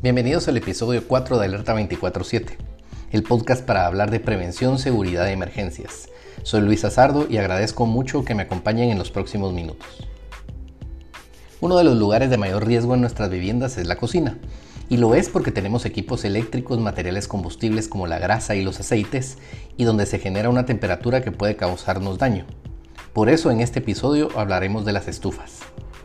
Bienvenidos al episodio 4 de Alerta 24/7, el podcast para hablar de prevención, seguridad y emergencias. Soy Luis Azardo y agradezco mucho que me acompañen en los próximos minutos. Uno de los lugares de mayor riesgo en nuestras viviendas es la cocina, y lo es porque tenemos equipos eléctricos, materiales combustibles como la grasa y los aceites, y donde se genera una temperatura que puede causarnos daño. Por eso en este episodio hablaremos de las estufas.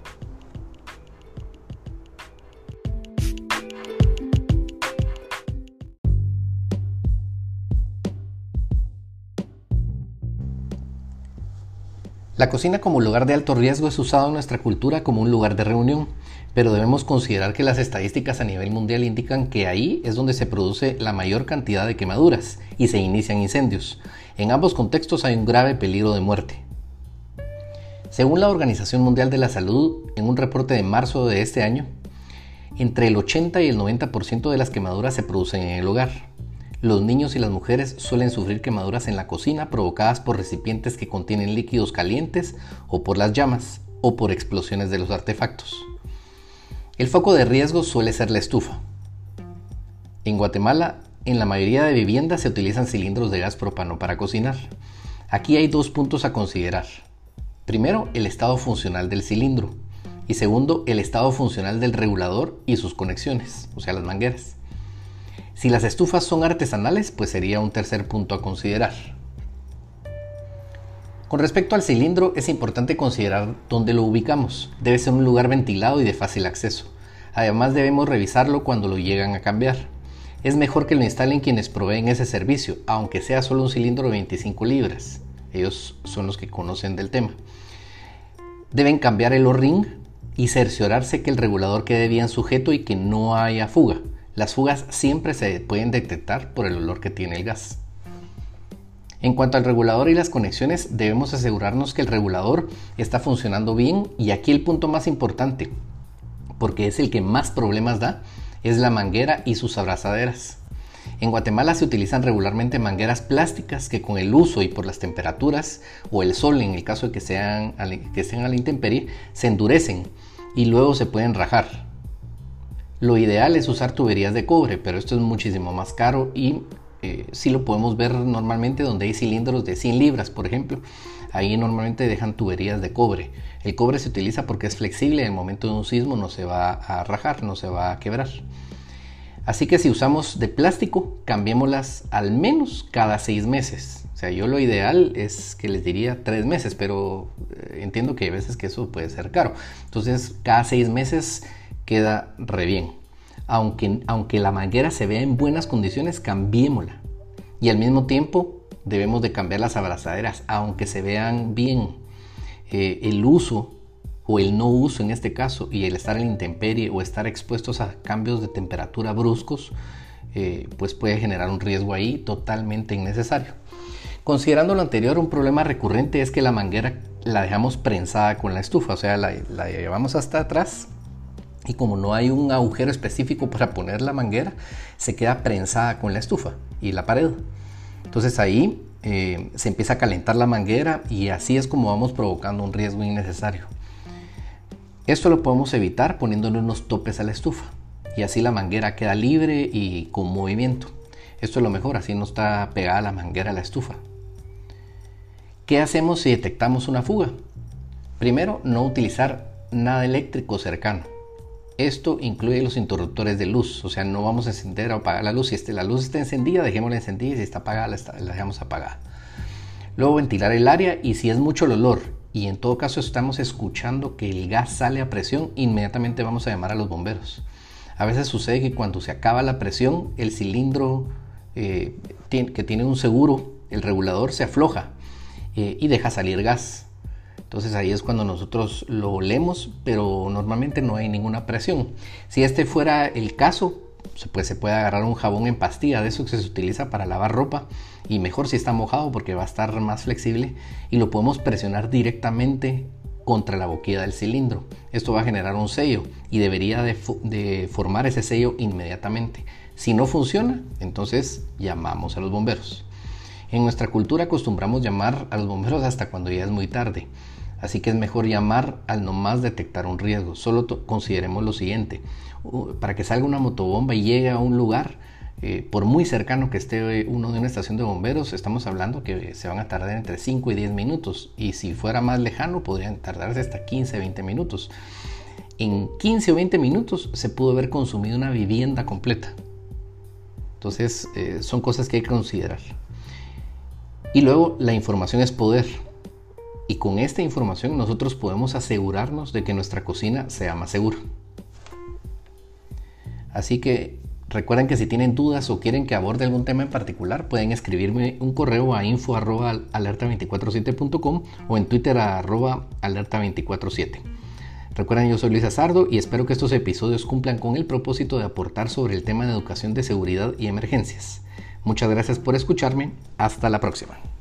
La cocina como lugar de alto riesgo es usado en nuestra cultura como un lugar de reunión, pero debemos considerar que las estadísticas a nivel mundial indican que ahí es donde se produce la mayor cantidad de quemaduras y se inician incendios. En ambos contextos hay un grave peligro de muerte. Según la Organización Mundial de la Salud, en un reporte de marzo de este año, entre el 80 y el 90% de las quemaduras se producen en el hogar. Los niños y las mujeres suelen sufrir quemaduras en la cocina provocadas por recipientes que contienen líquidos calientes o por las llamas o por explosiones de los artefactos. El foco de riesgo suele ser la estufa. En Guatemala, en la mayoría de viviendas se utilizan cilindros de gas propano para cocinar. Aquí hay dos puntos a considerar. Primero, el estado funcional del cilindro y segundo, el estado funcional del regulador y sus conexiones, o sea, las mangueras. Si las estufas son artesanales, pues sería un tercer punto a considerar. Con respecto al cilindro, es importante considerar dónde lo ubicamos. Debe ser un lugar ventilado y de fácil acceso. Además, debemos revisarlo cuando lo llegan a cambiar. Es mejor que lo instalen quienes proveen ese servicio, aunque sea solo un cilindro de 25 libras. Ellos son los que conocen del tema. Deben cambiar el O-ring y cerciorarse que el regulador quede bien sujeto y que no haya fuga. Las fugas siempre se pueden detectar por el olor que tiene el gas. En cuanto al regulador y las conexiones, debemos asegurarnos que el regulador está funcionando bien, y aquí el punto más importante, porque es el que más problemas da, es la manguera y sus abrazaderas. En Guatemala se utilizan regularmente mangueras plásticas que con el uso y por las temperaturas o el sol, en el caso de que estén a la intemperie, se endurecen y luego se pueden rajar. Lo ideal es usar tuberías de cobre, pero esto es muchísimo más caro y sí lo podemos ver normalmente donde hay cilindros de 100 libras, por ejemplo. Ahí normalmente dejan tuberías de cobre. El cobre se utiliza porque es flexible, en el momento de un sismo no se va a rajar, no se va a quebrar. Así que si usamos de plástico, cambiémoslas al menos cada 6 meses. O sea, yo lo ideal es que les diría 3 meses, pero entiendo que hay veces que eso puede ser caro. Entonces, cada 6 meses queda re bien. Aunque la manguera se vea en buenas condiciones, cambiémosla. Y al mismo tiempo debemos de cambiar las abrazaderas, aunque se vean bien. El uso o el no uso en este caso, y el estar en la intemperie o estar expuestos a cambios de temperatura bruscos, pues puede generar un riesgo ahí totalmente innecesario. Considerando lo anterior, un problema recurrente es que la manguera la dejamos prensada con la estufa, o sea, la llevamos hasta atrás. Y como no hay un agujero específico para poner la manguera, se queda prensada con la estufa y la pared. Entonces ahí se empieza a calentar la manguera y así es como vamos provocando un riesgo innecesario. Esto lo podemos evitar poniéndole unos topes a la estufa y así la manguera queda libre y con movimiento. Esto es lo mejor, así no está pegada la manguera a la estufa. ¿Qué hacemos si detectamos una fuga? Primero, no utilizar nada eléctrico cercano. Esto incluye los interruptores de luz, o sea, no vamos a encender o apagar la luz. Si la luz está encendida, dejémosla encendida, y si está apagada, la dejamos apagada. Luego, ventilar el área, y si es mucho el olor y en todo caso estamos escuchando que el gas sale a presión, inmediatamente vamos a llamar a los bomberos. A veces sucede que cuando se acaba la presión, el cilindro que tiene un seguro, el regulador, se afloja y deja salir gas. Entonces ahí es cuando nosotros lo olemos, pero normalmente no hay ninguna presión. Si este fuera el caso, pues se puede agarrar un jabón en pastilla, de eso que se utiliza para lavar ropa, y mejor si está mojado porque va a estar más flexible, y lo podemos presionar directamente contra la boquilla del cilindro. Esto va a generar un sello y debería de formar ese sello inmediatamente. Si no funciona, entonces llamamos a los bomberos. En nuestra cultura acostumbramos llamar a los bomberos hasta cuando ya es muy tarde. Así que es mejor llamar al no más detectar un riesgo. Solo consideremos lo siguiente: para que salga una motobomba y llegue a un lugar, por muy cercano que esté uno de una estación de bomberos, estamos hablando que se van a tardar entre 5 y 10 minutos. Y si fuera más lejano, podrían tardarse hasta 15, 20 minutos. En 15 o 20 minutos se pudo haber consumido una vivienda completa. Entonces, son cosas que hay que considerar. Y luego, la información es poder. Y con esta información nosotros podemos asegurarnos de que nuestra cocina sea más segura. Así que recuerden que si tienen dudas o quieren que aborde algún tema en particular, pueden escribirme un correo a info@alerta247.com o en Twitter a @alerta247. Recuerden, yo soy Luis Azardo y espero que estos episodios cumplan con el propósito de aportar sobre el tema de educación de seguridad y emergencias. Muchas gracias por escucharme. Hasta la próxima.